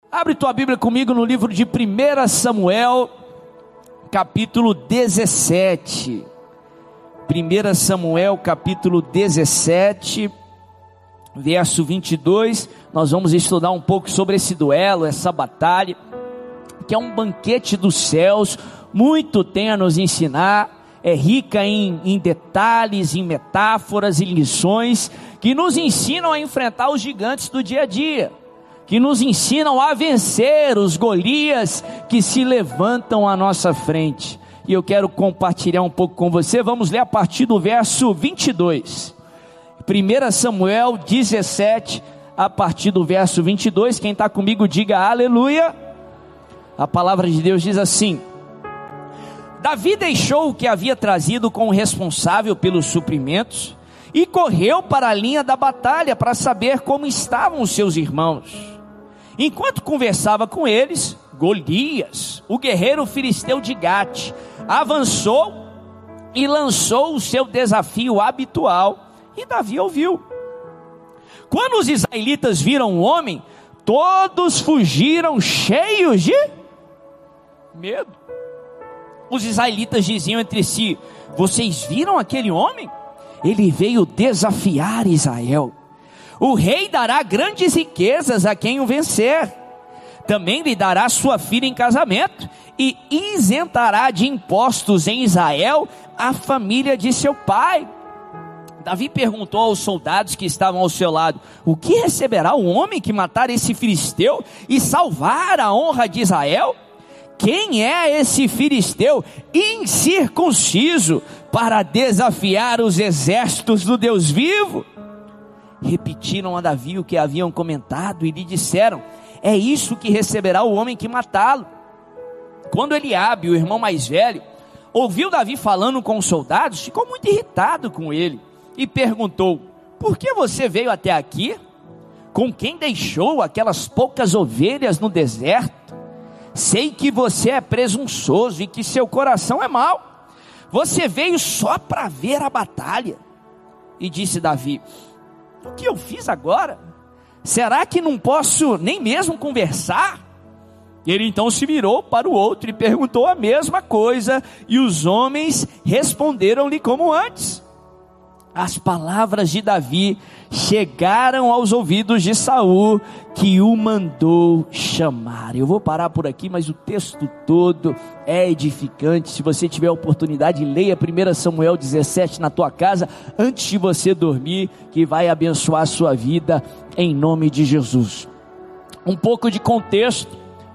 Abre tua Bíblia comigo no livro de 1 Samuel, capítulo 17. 1 Samuel, capítulo 17, verso 22. Nós vamos estudar um pouco sobre esse duelo, essa batalha, que é um banquete dos céus, muito tem a nos ensinar. É rica em detalhes, em metáforas e lições, que nos ensinam a enfrentar os gigantes do dia a dia, que nos ensinam a vencer os Golias que se levantam à nossa frente. E eu quero compartilhar um pouco com você. Vamos ler a partir do verso 22. 1 Samuel 17, a partir do verso 22. Quem está comigo diga aleluia. A palavra de Deus diz assim: Davi deixou o que havia trazido com o responsável pelos suprimentos e correu para a linha da batalha para saber como estavam os seus irmãos. Enquanto conversava com eles, Golias, o guerreiro filisteu de Gate, avançou e lançou o seu desafio habitual, e Davi ouviu. Quando os israelitas viram o homem, todos fugiram cheios de medo. Os israelitas diziam entre si: vocês viram aquele homem? Ele veio desafiar Israel. O rei dará grandes riquezas a quem o vencer. Também lhe dará sua filha em casamento e isentará de impostos em Israel a família de seu pai. Davi perguntou aos soldados que estavam ao seu lado: o que receberá o homem que matar esse filisteu e salvar a honra de Israel? Quem é esse filisteu incircunciso para desafiar os exércitos do Deus vivo? Repetiram a Davi o que haviam comentado e lhe disseram: é isso que receberá o homem que matá-lo. Quando Eliabe, o irmão mais velho, ouviu Davi falando com os soldados, ficou muito irritado com ele e perguntou: por que você veio até aqui? Com quem deixou aquelas poucas ovelhas no deserto? Sei que você é presunçoso e que seu coração é mau. Você veio só para ver a batalha. E disse Davi: o que eu fiz agora? Será que não posso nem mesmo conversar? Ele então se virou para o outro e perguntou a mesma coisa, e os homens responderam-lhe como antes. As palavras de Davi chegaram aos ouvidos de Saul, que o mandou chamar. Eu vou parar por aqui, mas o texto todo é edificante. Se você tiver a oportunidade, leia 1 Samuel 17 na tua casa, antes de você dormir, que vai abençoar a sua vida, em nome de Jesus. Um pouco de contexto.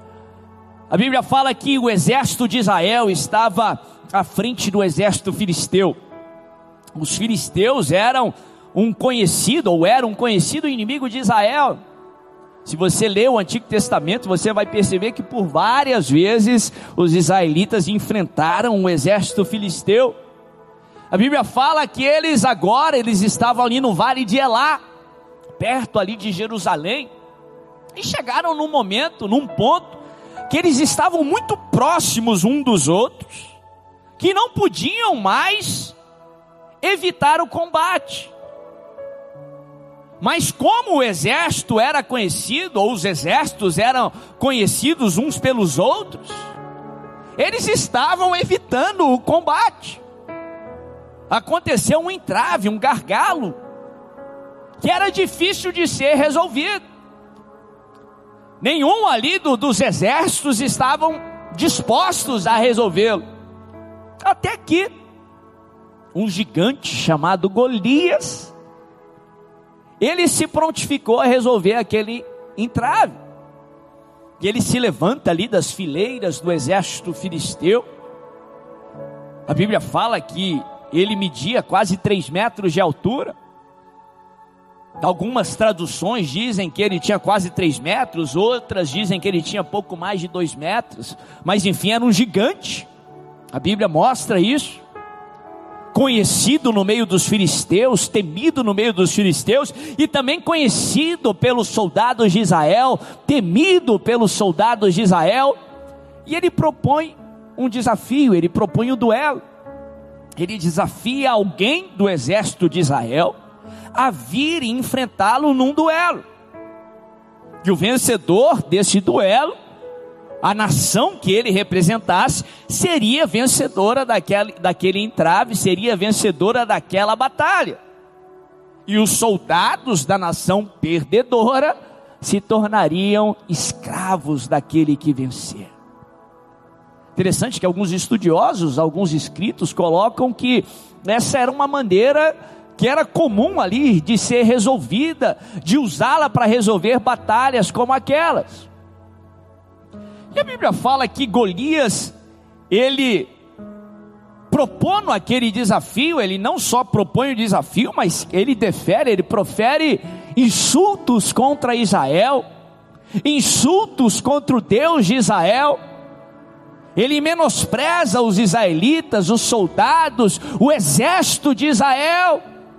A Bíblia fala que o exército de Israel estava à frente do exército filisteu. Os filisteus eram um conhecido inimigo de Israel. Se você ler o Antigo Testamento, você vai perceber que por várias vezes os israelitas enfrentaram o exército filisteu. A Bíblia fala que eles estavam ali no vale de Elá, perto ali de Jerusalém, e chegaram num ponto, que eles estavam muito próximos um dos outros, que não podiam mais evitar o combate. Mas como o exército era conhecido, ou os exércitos eram conhecidos uns pelos outros, eles estavam evitando o combate. Aconteceu um entrave, um gargalo, que era difícil de ser resolvido. Nenhum ali dos exércitos estavam dispostos a resolvê-lo. Até que um gigante chamado Golias, ele se prontificou a resolver aquele entrave. E ele se levanta ali das fileiras do exército filisteu. A Bíblia fala que ele media quase 3 metros de altura. Algumas traduções dizem que ele tinha quase 3 metros, outras dizem que ele tinha pouco mais de 2 metros. Mas enfim, era um gigante. A Bíblia mostra isso. Conhecido no meio dos filisteus, temido no meio dos filisteus, e também conhecido pelos soldados de Israel, temido pelos soldados de Israel. E ele propõe um desafio, ele propõe um duelo. Ele desafia alguém do exército de Israel a vir e enfrentá-lo num duelo. que o vencedor desse duelo, a nação que ele representasse, seria vencedora daquele entrave, seria vencedora daquela batalha. E os soldados da nação perdedora se tornariam escravos daquele que vencer. Interessante que alguns estudiosos, alguns escritos colocam que essa era uma maneira que era comum ali de ser resolvida, de usá-la para resolver batalhas como aquelas. E a Bíblia fala que Golias, ele propondo aquele desafio, ele não só propõe o desafio, mas ele profere insultos contra Israel, insultos contra o Deus de Israel. Ele menospreza os israelitas, os soldados, o exército de Israel.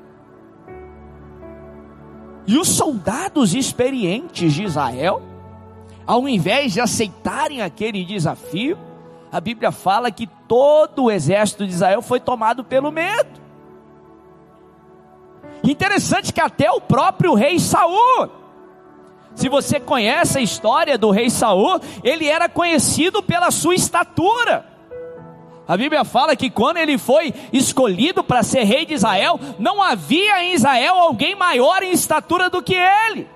E os soldados experientes de Israel, ao invés de aceitarem aquele desafio, a Bíblia fala que todo o exército de Israel foi tomado pelo medo. Interessante que até o próprio rei Saul, se você conhece a história do rei Saul, ele era conhecido pela sua estatura. A Bíblia fala que quando ele foi escolhido para ser rei de Israel, não havia em Israel alguém maior em estatura do que ele.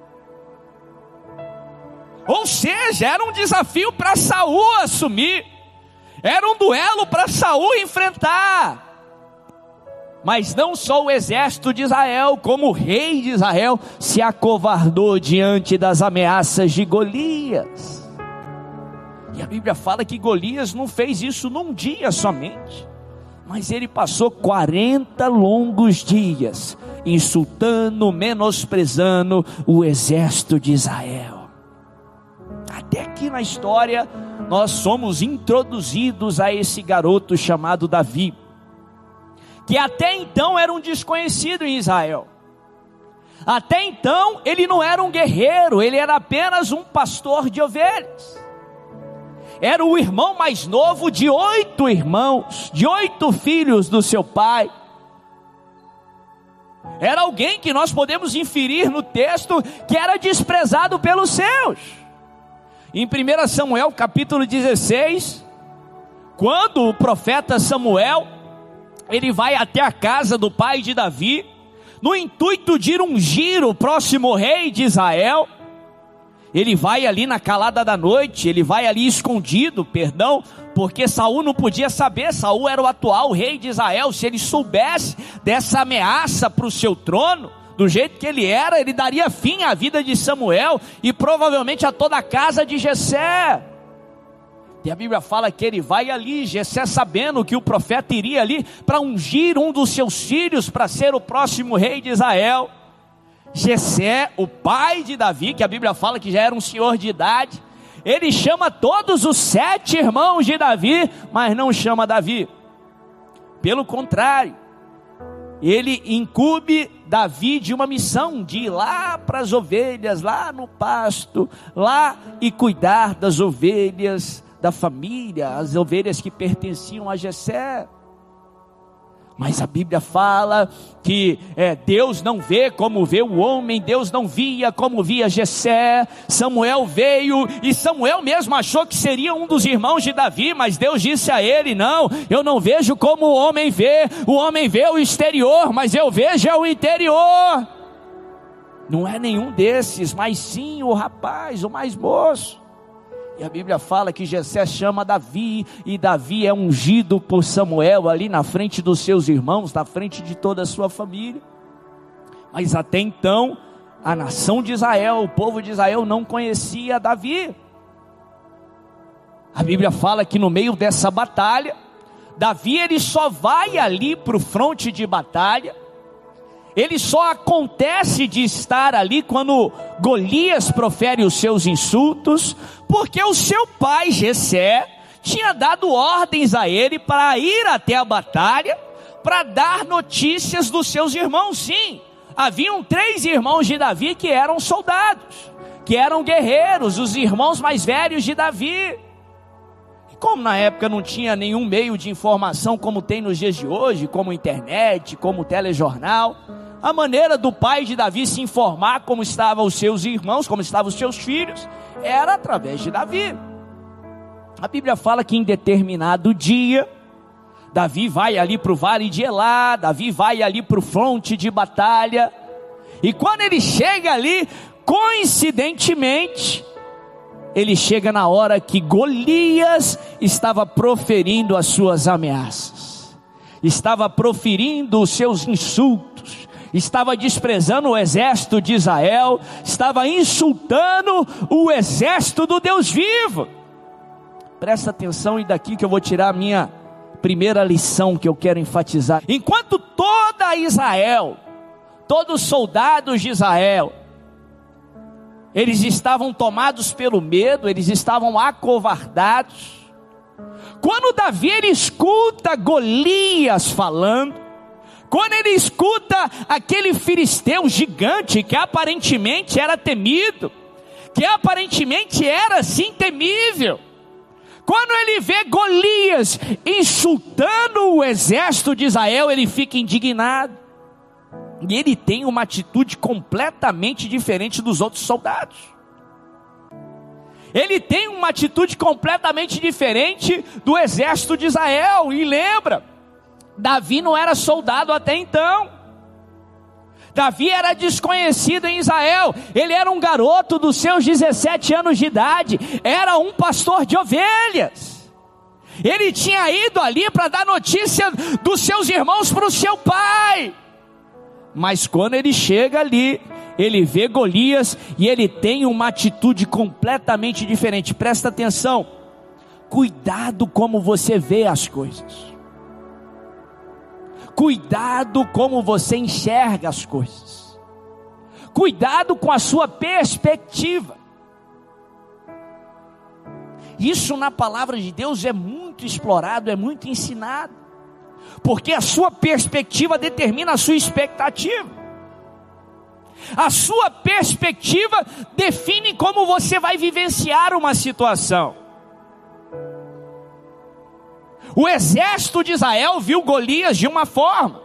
Ou seja, era um desafio para Saul assumir, era um duelo para Saul enfrentar. Mas não só o exército de Israel, como o rei de Israel se acovardou diante das ameaças de Golias. E a Bíblia fala que Golias não fez isso num dia somente, mas ele passou 40 longos dias insultando, menosprezando o exército de Israel. Até aqui na história nós somos introduzidos a esse garoto chamado Davi, que até então era um desconhecido em Israel. Até então ele não era um guerreiro, ele era apenas um pastor de ovelhas. Era o irmão mais novo de 8 irmãos, de 8 filhos do seu pai. Era alguém que nós podemos inferir no texto que era desprezado pelos seus. Em 1 Samuel capítulo 16, quando o profeta Samuel, ele vai até a casa do pai de Davi, no intuito de ungir o próximo rei de Israel. Ele vai ali na calada da noite, ele vai ali escondido, porque Saul não podia saber. Saul era o atual rei de Israel. Se ele soubesse dessa ameaça para o seu trono, do jeito que ele era, ele daria fim à vida de Samuel e provavelmente a toda a casa de Jessé. E a Bíblia fala que ele vai ali, Jessé sabendo que o profeta iria ali para ungir um dos seus filhos para ser o próximo rei de Israel. Jessé, o pai de Davi, que a Bíblia fala que já era um senhor de idade, ele chama todos os 7 irmãos de Davi, mas não chama Davi. Pelo contrário, ele incumbe Davi de uma missão, de ir lá para as ovelhas, lá no pasto, lá e cuidar das ovelhas da família, as ovelhas que pertenciam a Jessé. Mas a Bíblia fala que Deus não vê como vê o homem, Deus não via como via Jessé. Samuel veio e Samuel mesmo achou que seria um dos irmãos de Davi, mas Deus disse a ele: não, eu não vejo como o homem vê o exterior, mas eu vejo o interior. Não é nenhum desses, mas sim o rapaz, o mais moço. E a Bíblia fala que Jessé chama Davi, e Davi é ungido por Samuel ali na frente dos seus irmãos, na frente de toda a sua família. Mas até então, a nação de Israel, o povo de Israel não conhecia Davi. A Bíblia fala que no meio dessa batalha, Davi ele só vai ali para o fronte de batalha, ele só acontece de estar ali quando Golias profere os seus insultos, porque o seu pai Jessé tinha dado ordens a ele para ir até a batalha, para dar notícias dos seus irmãos. Sim, haviam 3 irmãos de Davi que eram soldados, que eram guerreiros, os irmãos mais velhos de Davi. E como na época não tinha nenhum meio de informação como tem nos dias de hoje, como internet, como telejornal, A maneira do pai de Davi se informar como estavam os seus irmãos, como estavam os seus filhos, era através de Davi. A Bíblia fala que em determinado dia, Davi vai ali para o vale de Elá, Davi vai ali para o fronte de batalha, e quando ele chega ali, coincidentemente, ele chega na hora que Golias estava proferindo as suas ameaças, estava proferindo os seus insultos, estava desprezando o exército de Israel, estava insultando o exército do Deus vivo. Presta atenção, e daqui que eu vou tirar a minha primeira lição que eu quero enfatizar. Enquanto toda Israel, todos os soldados de Israel, eles estavam tomados pelo medo, eles estavam acovardados, quando Davi ele escuta Golias falando, quando ele escuta aquele filisteu gigante que aparentemente era temido, que aparentemente era sim temível, quando ele vê Golias insultando o exército de Israel, ele fica indignado. E ele tem uma atitude completamente diferente dos outros soldados. Ele tem uma atitude completamente diferente do exército de Israel. E lembra, Davi não era soldado até então. Davi era desconhecido em Israel, ele era um garoto dos seus 17 anos de idade, era um pastor de ovelhas, ele tinha ido ali para dar notícia dos seus irmãos para o seu pai, mas quando ele chega ali, ele vê Golias e ele tem uma atitude completamente diferente. Presta atenção, cuidado como você vê as coisas. Cuidado como você enxerga as coisas. Cuidado com a sua perspectiva. Isso na palavra de Deus é muito explorado, é muito ensinado. Porque a sua perspectiva determina a sua expectativa. A sua perspectiva define como você vai vivenciar uma situação. O exército de Israel viu Golias de uma forma,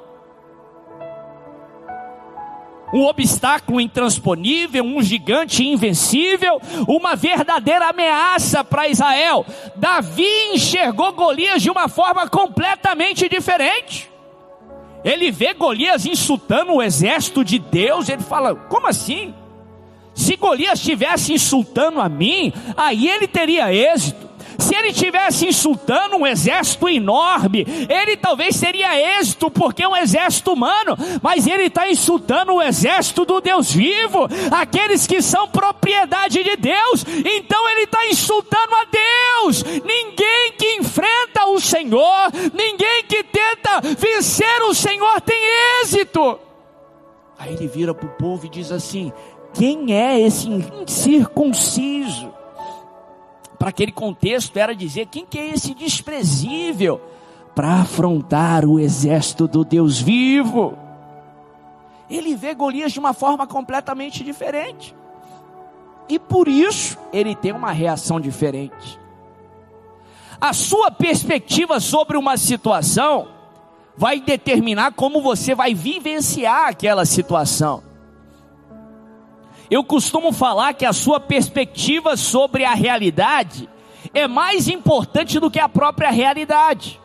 um obstáculo intransponível, um gigante invencível, uma verdadeira ameaça para Israel. Davi enxergou Golias de uma forma completamente diferente. Ele vê Golias insultando o exército de Deus, ele fala, como assim? Se Golias estivesse insultando a mim, aí ele teria êxito. Se ele estivesse insultando um exército enorme, ele talvez teria êxito, porque é um exército humano, mas ele está insultando o exército do Deus vivo, aqueles que são propriedade de Deus, então ele está insultando a Deus. Ninguém que enfrenta o Senhor, ninguém que tenta vencer o Senhor tem êxito. Aí ele vira para o povo e diz assim, quem é esse incircunciso? Para aquele contexto era dizer, quem que é esse desprezível para afrontar o exército do Deus vivo? Ele vê Golias de uma forma completamente diferente, e por isso ele tem uma reação diferente. A sua perspectiva sobre uma situação vai determinar como você vai vivenciar aquela situação. Eu costumo falar que a sua perspectiva sobre a realidade é mais importante do que a própria realidade.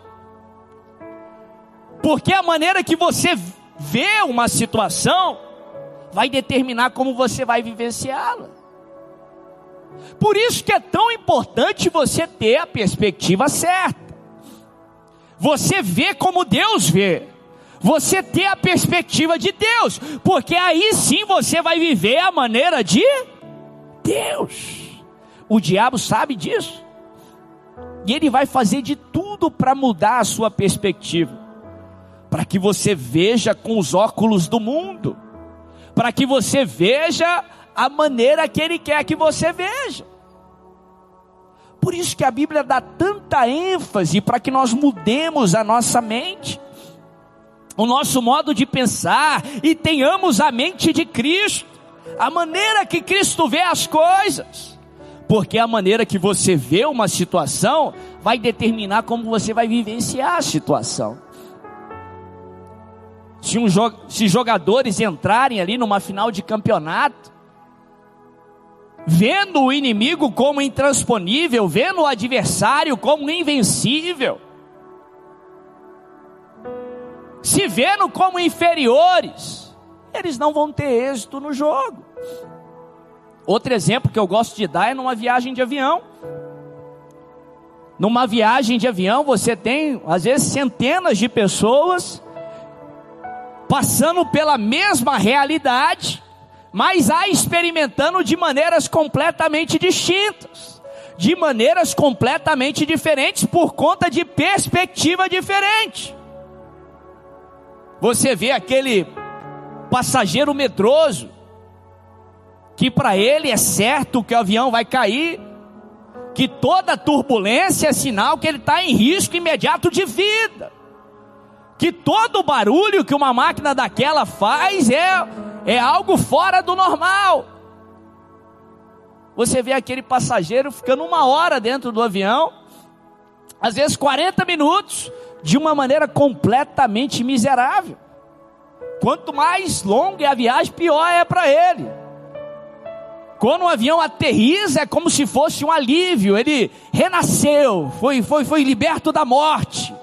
Porque a maneira que você vê uma situação vai determinar como você vai vivenciá-la. Por isso que é tão importante você ter a perspectiva certa. Você vê como Deus vê. Você ter a perspectiva de Deus, porque aí sim você vai viver a maneira de Deus. O diabo sabe disso, e ele vai fazer de tudo para mudar a sua perspectiva, para que você veja com os óculos do mundo, para que você veja a maneira que ele quer que você veja. Por isso que a Bíblia dá tanta ênfase para que nós mudemos a nossa mente, o nosso modo de pensar, e tenhamos a mente de Cristo, a maneira que Cristo vê as coisas, porque a maneira que você vê uma situação vai determinar como você vai vivenciar a situação. Se jogadores entrarem ali numa final de campeonato, vendo o inimigo como intransponível, vendo o adversário como invencível, se vendo como inferiores, eles não vão ter êxito no jogo. Outro exemplo que eu gosto de dar é numa viagem de avião. Numa viagem de avião você tem, às vezes, centenas de pessoas passando pela mesma realidade, mas a experimentando de maneiras completamente distintas, de maneiras completamente diferentes, por conta de perspectiva diferente. Você vê aquele passageiro medroso, que para ele é certo que o avião vai cair, que toda turbulência é sinal que ele está em risco imediato de vida, que todo barulho que uma máquina daquela faz é algo fora do normal. Você vê aquele passageiro ficando 1 hora dentro do avião, às vezes 40 minutos, de uma maneira completamente miserável. Quanto mais longa é a viagem, pior é para ele. Quando o avião aterriza, é como se fosse um alívio, ele renasceu, foi liberto da morte.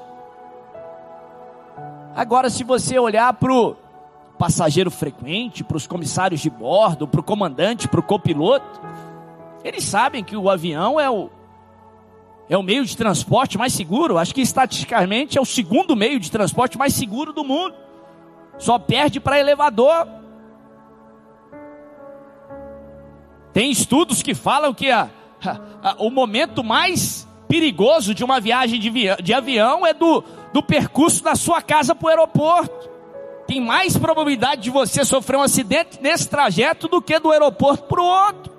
Agora, se você olhar para o passageiro frequente, para os comissários de bordo, para o comandante, para o copiloto, eles sabem que o avião é o meio de transporte mais seguro. Acho que estatisticamente é o 2º meio de transporte mais seguro do mundo. Só perde para elevador. Tem estudos que falam que o momento mais perigoso de uma viagem de avião é do percurso da sua casa para o aeroporto. Tem mais probabilidade de você sofrer um acidente nesse trajeto do que do aeroporto para o outro.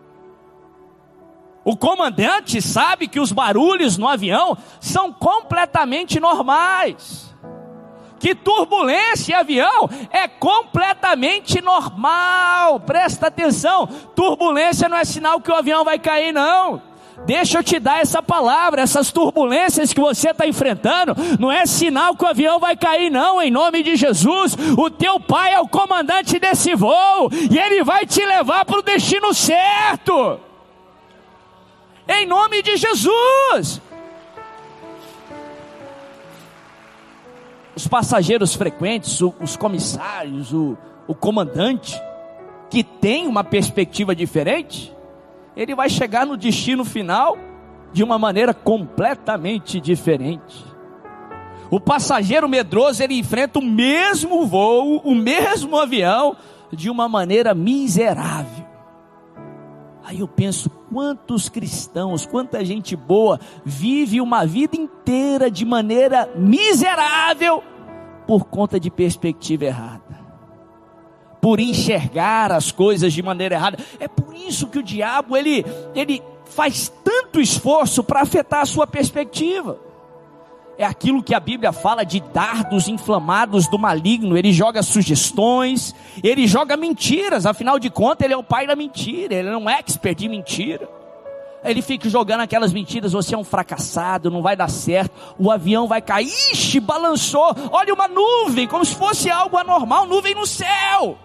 O comandante sabe que os barulhos no avião são completamente normais, que turbulência em avião é completamente normal. Presta atenção, turbulência não é sinal que o avião vai cair, não. Deixa eu te dar essa palavra, essas turbulências que você está enfrentando, não é sinal que o avião vai cair, não. Em nome de Jesus, o teu pai é o comandante desse voo, e ele vai te levar para o destino certo, em nome de Jesus. Os passageiros frequentes, os comissários, o comandante, que tem uma perspectiva diferente, ele vai chegar no destino final de uma maneira completamente diferente. O passageiro medroso, ele enfrenta o mesmo voo, o mesmo avião, de uma maneira miserável. Aí eu penso, quantos cristãos, quanta gente boa vive uma vida inteira de maneira miserável por conta de perspectiva errada, por enxergar as coisas de maneira errada. É por isso que o diabo ele faz tanto esforço para afetar a sua perspectiva. É aquilo que a Bíblia fala de dardos inflamados do maligno. Ele joga sugestões, ele joga mentiras. Afinal de contas, ele é o pai da mentira, ele não é expert de mentira. Ele fica jogando aquelas mentiras: você é um fracassado, não vai dar certo, o avião vai cair, ixi, balançou, olha uma nuvem, como se fosse algo anormal, nuvem no céu.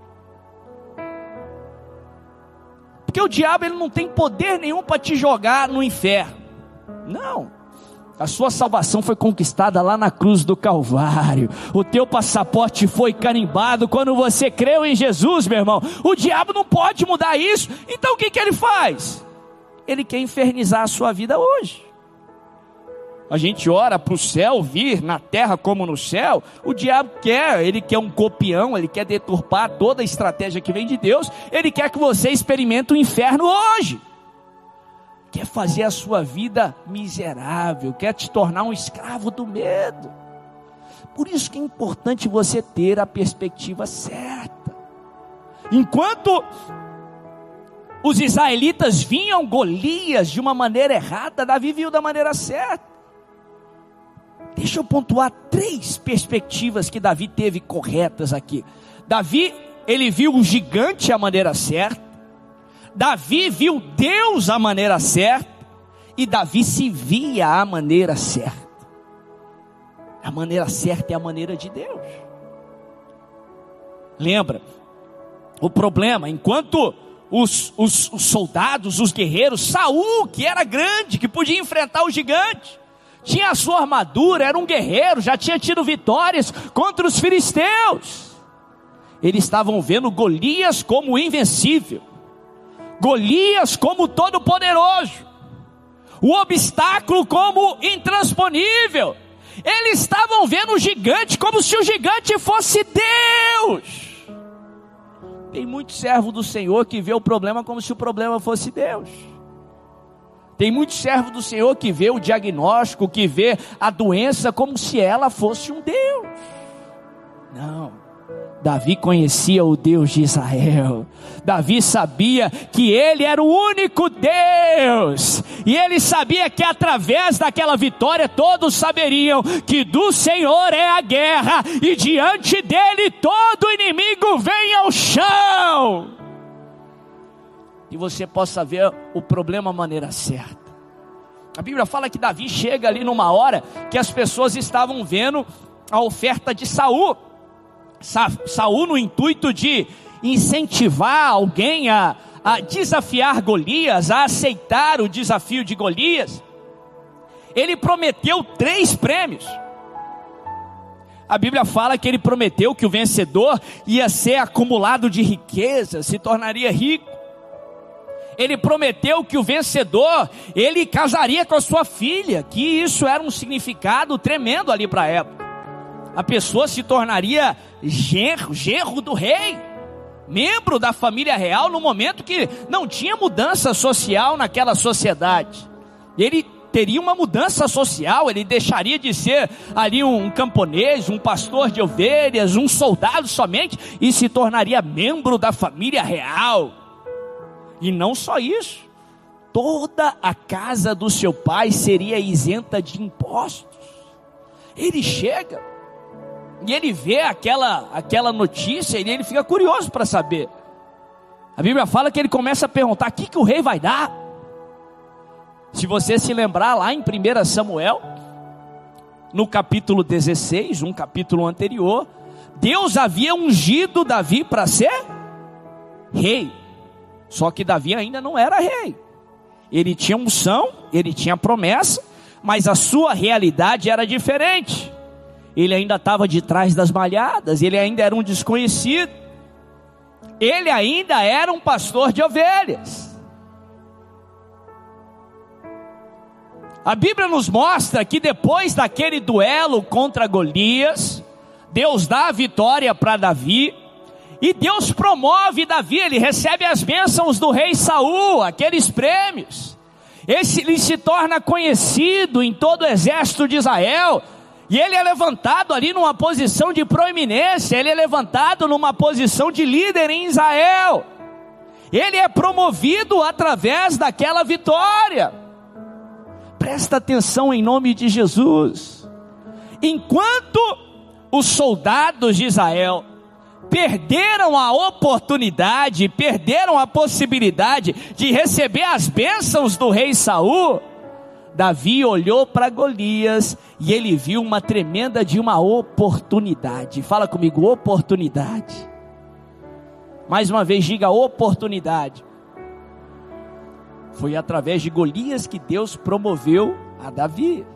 Porque o diabo ele não tem poder nenhum para te jogar no inferno. Não. A sua salvação foi conquistada lá na cruz do Calvário. O teu passaporte foi carimbado quando você creu em Jesus, meu irmão. O diabo não pode mudar isso. Então o que ele faz? Ele quer infernizar a sua vida hoje. A gente ora para o céu vir na terra como no céu. O diabo ele quer um copião, ele quer deturpar toda a estratégia que vem de Deus. Ele quer que você experimente o inferno hoje. Quer fazer a sua vida miserável, quer te tornar um escravo do medo. Por isso que é importante você ter a perspectiva certa. Enquanto os israelitas vinham Golias de uma maneira errada, Davi viu da maneira certa. Deixa eu pontuar 3 perspectivas que Davi teve corretas aqui. Davi, ele viu o gigante à maneira certa. Davi viu Deus à maneira certa, e Davi se via à maneira certa. A maneira certa é a maneira de Deus. Lembra? O problema, enquanto os soldados, os guerreiros, Saul, que era grande, que podia enfrentar o gigante, tinha a sua armadura, era um guerreiro, já tinha tido vitórias contra os filisteus. Eles estavam vendo Golias como invencível, Golias como todo-poderoso, o obstáculo como intransponível. Eles estavam vendo o gigante como se o gigante fosse Deus. Tem muito servo do Senhor que vê o problema como se o problema fosse Deus. Tem muito servo do Senhor que vê o diagnóstico, que vê a doença como se ela fosse um Deus. Não. Davi conhecia o Deus de Israel. Davi sabia que ele era o único Deus. E ele sabia que através daquela vitória todos saberiam que do Senhor é a guerra. E diante dele todo inimigo vem ao chão. E você possa ver o problema da maneira certa. A Bíblia fala que Davi chega ali numa hora que as pessoas estavam vendo a oferta de Saul. Saul, no intuito de incentivar alguém a desafiar Golias, a aceitar o desafio de Golias, ele prometeu 3 prêmios. A Bíblia fala que ele prometeu que o vencedor ia ser acumulado de riqueza, se tornaria rico. Ele prometeu que o vencedor, ele casaria com a sua filha, que isso era um significado tremendo ali para a época. A pessoa se tornaria genro do rei, membro da família real, no momento que não tinha mudança social naquela sociedade. Ele teria uma mudança social, ele deixaria de ser ali um camponês, um pastor de ovelhas, um soldado somente, e se tornaria membro da família real. E não só isso, toda a casa do seu pai seria isenta de impostos. Ele chega e ele vê aquela notícia e ele fica curioso para saber. A Bíblia fala que ele começa a perguntar: o que o rei vai dar? Se você se lembrar lá em 1 Samuel, no capítulo 16, um capítulo anterior, Deus havia ungido Davi para ser rei. Só que Davi ainda não era rei. Ele tinha unção, ele tinha promessa, mas a sua realidade era diferente. Ele ainda estava de trás das malhadas, ele ainda era um desconhecido, ele ainda era um pastor de ovelhas. A Bíblia nos mostra que depois daquele duelo contra Golias, Deus dá a vitória para Davi, e Deus promove Davi, ele recebe as bênçãos do rei Saul, aqueles prêmios. Ele se torna conhecido em todo o exército de Israel, e ele é levantado ali numa posição de proeminência, ele é levantado numa posição de líder em Israel. Ele é promovido através daquela vitória. Presta atenção em nome de Jesus. Enquanto os soldados de Israel perderam a oportunidade, perderam a possibilidade de receber as bênçãos do rei Saul, Davi olhou para Golias e ele viu uma tremenda de uma oportunidade. Fala comigo, oportunidade. Mais uma vez diga oportunidade. Foi através de Golias que Deus promoveu a Davi.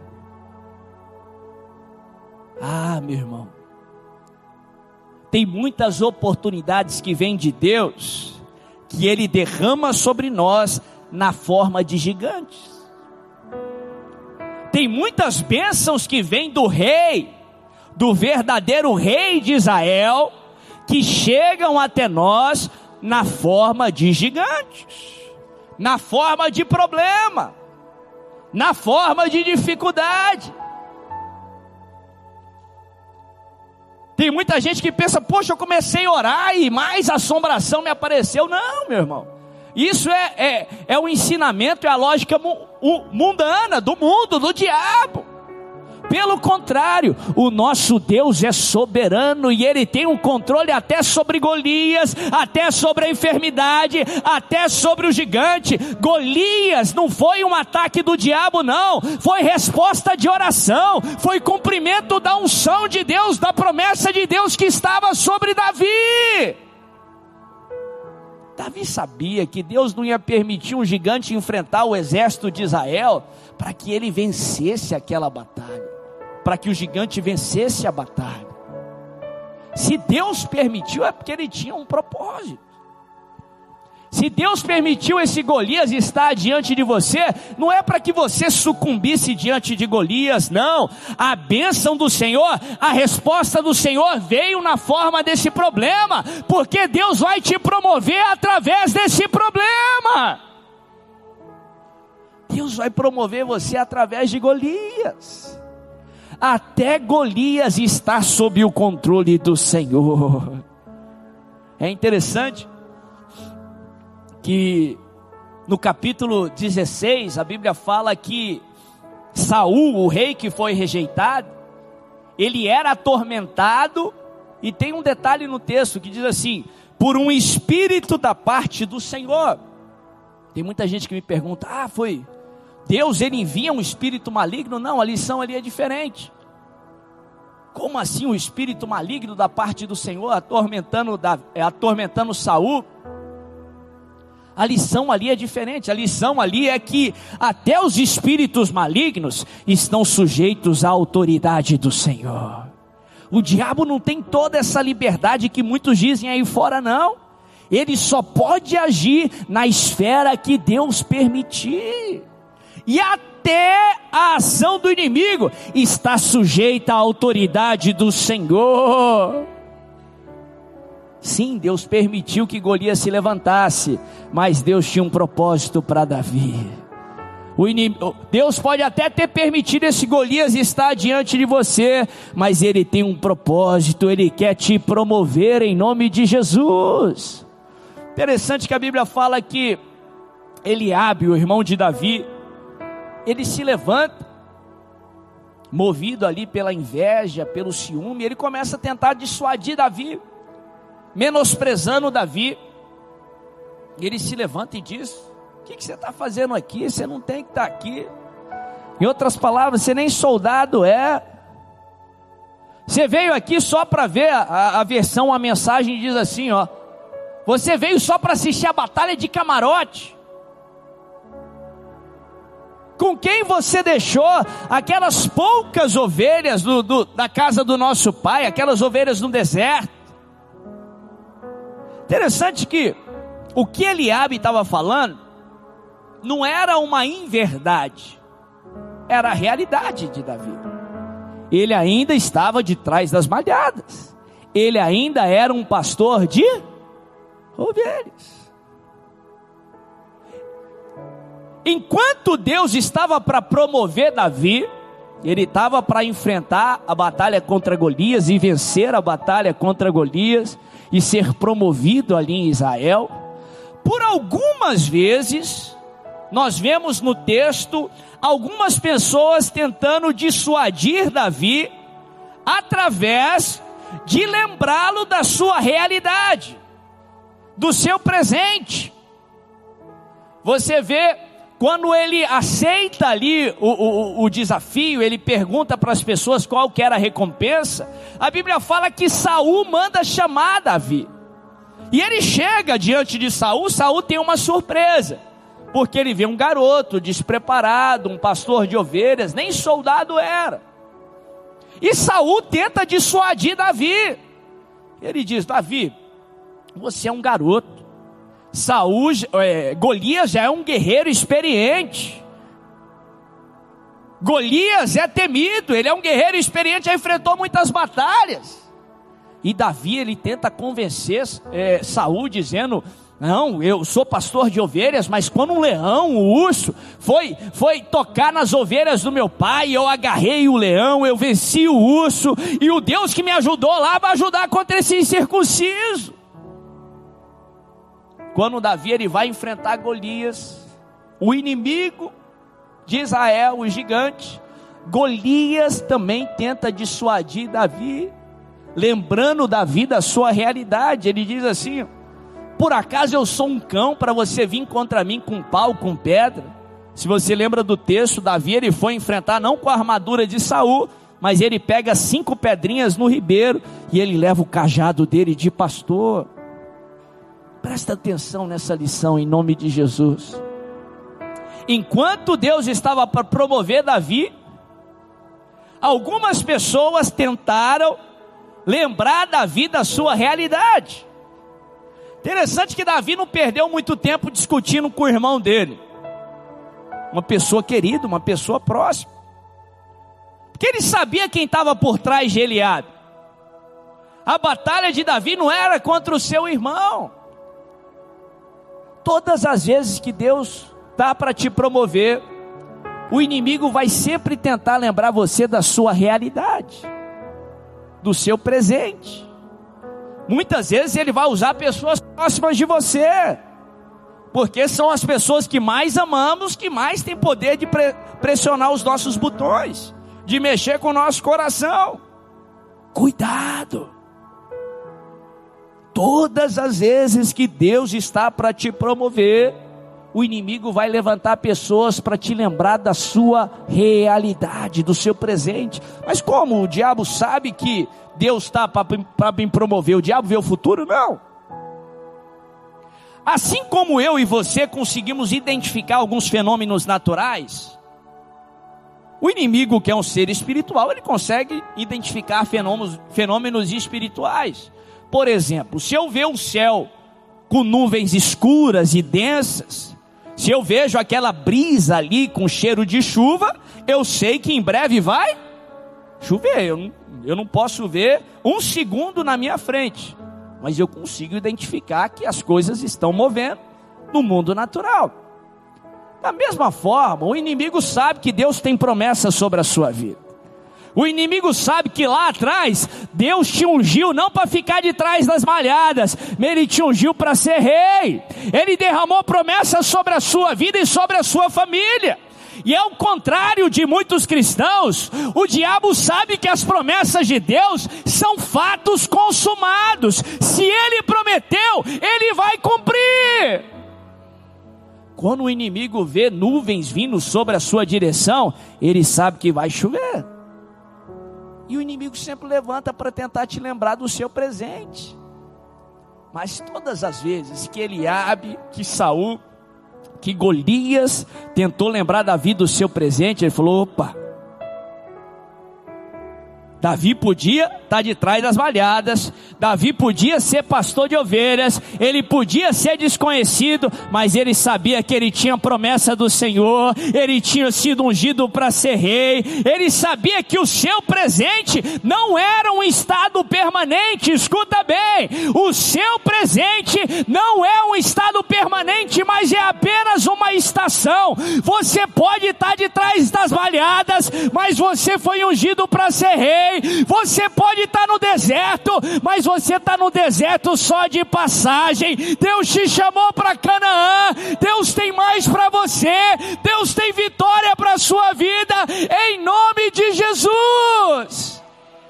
Ah, meu irmão, tem muitas oportunidades que vêm de Deus, que Ele derrama sobre nós na forma de gigantes. Tem muitas bênçãos que vêm do rei, do verdadeiro rei de Israel, que chegam até nós na forma de gigantes, na forma de problema, na forma de dificuldade. Tem muita gente que pensa: poxa, eu comecei a orar e mais assombração me apareceu. Não, meu irmão, isso é o ensinamento, é a lógica mundana, do mundo, do diabo. Pelo contrário, o nosso Deus é soberano e Ele tem um controle até sobre Golias, até sobre a enfermidade, até sobre o gigante. Golias não foi um ataque do diabo, não, foi resposta de oração, foi cumprimento da unção de Deus, da promessa de Deus que estava sobre Davi. Davi sabia que Deus não ia permitir um gigante enfrentar o exército de Israel para que ele vencesse aquela batalha, para que o gigante vencesse a batalha. Se Deus permitiu, é porque Ele tinha um propósito. Se Deus permitiu esse Golias estar diante de você, não é para que você sucumbisse diante de Golias, não. A bênção do Senhor, a resposta do Senhor veio na forma desse problema, porque Deus vai te promover através desse problema. Deus vai promover você através de Golias. Até Golias está sob o controle do Senhor. É interessante que no capítulo 16, a Bíblia fala que Saul, o rei que foi rejeitado, ele era atormentado, e tem um detalhe no texto que diz assim: por um espírito da parte do Senhor. Tem muita gente que me pergunta: foi Deus, Ele envia um espírito maligno? Não, a lição ali é diferente. Como assim um espírito maligno da parte do Senhor atormentando Saul? A lição ali é diferente. A lição ali é que até os espíritos malignos estão sujeitos à autoridade do Senhor. O diabo não tem toda essa liberdade que muitos dizem aí fora, não. Ele só pode agir na esfera que Deus permitir. E até a ação do inimigo está sujeita à autoridade do Senhor. Sim, Deus permitiu que Golias se levantasse, mas Deus tinha um propósito para Davi. Deus pode até ter permitido esse Golias estar diante de você, mas Ele tem um propósito, Ele quer te promover em nome de Jesus. Interessante que a Bíblia fala que Eliabe, o irmão de Davi, ele se levanta, movido ali pela inveja, pelo ciúme, ele começa a tentar dissuadir Davi, menosprezando Davi. Ele se levanta e diz: o que você está fazendo aqui? Você não tem que estar aqui. Em outras palavras, você nem soldado é. Você veio aqui só para ver a versão, a mensagem diz assim, você veio só para assistir a batalha de camarote. Com quem você deixou aquelas poucas ovelhas da casa do nosso pai, aquelas ovelhas no deserto? Interessante que o que Eliabe estava falando não era uma inverdade, era a realidade de Davi. Ele ainda estava de trás das malhadas, ele ainda era um pastor de ovelhas. Enquanto Deus estava para promover Davi, ele estava para enfrentar a batalha contra Golias e vencer a batalha contra Golias e ser promovido ali em Israel. Por algumas vezes, nós vemos no texto algumas pessoas tentando dissuadir Davi através de lembrá-lo da sua realidade, do seu presente. Você vê, quando ele aceita ali o desafio, ele pergunta para as pessoas qual que era a recompensa. A Bíblia fala que Saul manda chamar Davi. E ele chega diante de Saul. Saul tem uma surpresa, porque ele vê um garoto despreparado, um pastor de ovelhas, nem soldado era. E Saul tenta dissuadir Davi. Ele diz: Davi, você é um garoto. Golias já é um guerreiro experiente. Golias é temido, ele é um guerreiro experiente, já enfrentou muitas batalhas. E Davi, ele tenta convencer Saul, dizendo: não, eu sou pastor de ovelhas, mas quando um leão, um urso, foi tocar nas ovelhas do meu pai, eu agarrei o leão, eu venci o urso, e o Deus que me ajudou lá vai ajudar contra esse incircunciso. Quando Davi ele vai enfrentar Golias, o inimigo de Israel, o gigante, Golias também tenta dissuadir Davi, lembrando Davi da sua realidade. Ele diz assim: por acaso eu sou um cão para você vir contra mim com pau, com pedra? Se você lembra do texto, Davi ele foi enfrentar não com a armadura de Saul, mas ele pega 5 pedrinhas no ribeiro e ele leva o cajado dele de pastor. Presta atenção nessa lição em nome de Jesus. Enquanto Deus estava para promover Davi, algumas pessoas tentaram lembrar Davi da sua realidade. Interessante que Davi não perdeu muito tempo discutindo com o irmão dele, uma pessoa querida, uma pessoa próxima, porque ele sabia quem estava por trás de Eliabe. A batalha de Davi não era contra o seu irmão. Todas as vezes que Deus está para te promover, o inimigo vai sempre tentar lembrar você da sua realidade, do seu presente. Muitas vezes ele vai usar pessoas próximas de você, porque são as pessoas que mais amamos, que mais têm poder de pressionar os nossos botões, de mexer com o nosso coração. Cuidado! Todas as vezes que Deus está para te promover, o inimigo vai levantar pessoas para te lembrar da sua realidade, do seu presente. Mas como o diabo sabe que Deus está para me promover? O diabo vê o futuro? Não. Assim como eu e você conseguimos identificar alguns fenômenos naturais, o inimigo, que é um ser espiritual, ele consegue identificar fenômenos espirituais. Por exemplo, se eu ver um céu com nuvens escuras e densas, se eu vejo aquela brisa ali com cheiro de chuva, eu sei que em breve vai chover. Eu não posso ver um segundo na minha frente, mas eu consigo identificar que as coisas estão movendo no mundo natural. Da mesma forma, o inimigo sabe que Deus tem promessas sobre a sua vida. O inimigo sabe que lá atrás, Deus te ungiu não para ficar de trás das malhadas, mas Ele te ungiu para ser rei. Ele derramou promessas sobre a sua vida e sobre a sua família. E ao contrário de muitos cristãos, o diabo sabe que as promessas de Deus são fatos consumados. Se Ele prometeu, Ele vai cumprir. Quando o inimigo vê nuvens vindo sobre a sua direção, ele sabe que vai chover. E o inimigo sempre levanta para tentar te lembrar do seu presente. Mas todas as vezes que Eliabe, que Saul, que Golias tentou lembrar Davi do seu presente, ele falou: opa, Davi podia estar de trás das malhadas, Davi podia ser pastor de ovelhas, ele podia ser desconhecido, mas ele sabia que ele tinha promessa do Senhor, ele tinha sido ungido para ser rei, ele sabia que o seu presente não era um estado permanente. Escuta bem, o seu presente não é um estado permanente, mas é apenas uma estação. Você pode estar de trás das malhadas, mas você foi ungido para ser rei. Você pode estar no deserto, mas você está no deserto só de passagem. Deus te chamou para Canaã. Deus tem mais para você. Deus tem vitória para a sua vida, em nome de Jesus.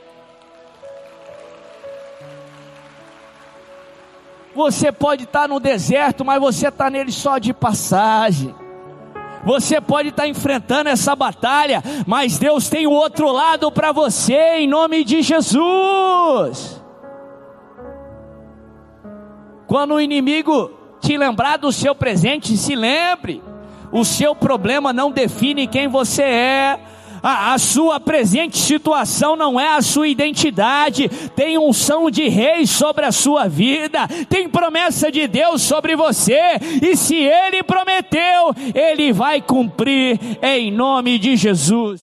Você pode estar no deserto, mas você está nele só de passagem. Você pode estar enfrentando essa batalha, mas Deus tem o outro lado para você, em nome de Jesus. Quando o inimigo te lembrar do seu presente, se lembre: o seu problema não define quem você é. A sua presente situação não é a sua identidade. Tem unção de rei sobre a sua vida, tem promessa de Deus sobre você, e se Ele prometeu, Ele vai cumprir, em nome de Jesus.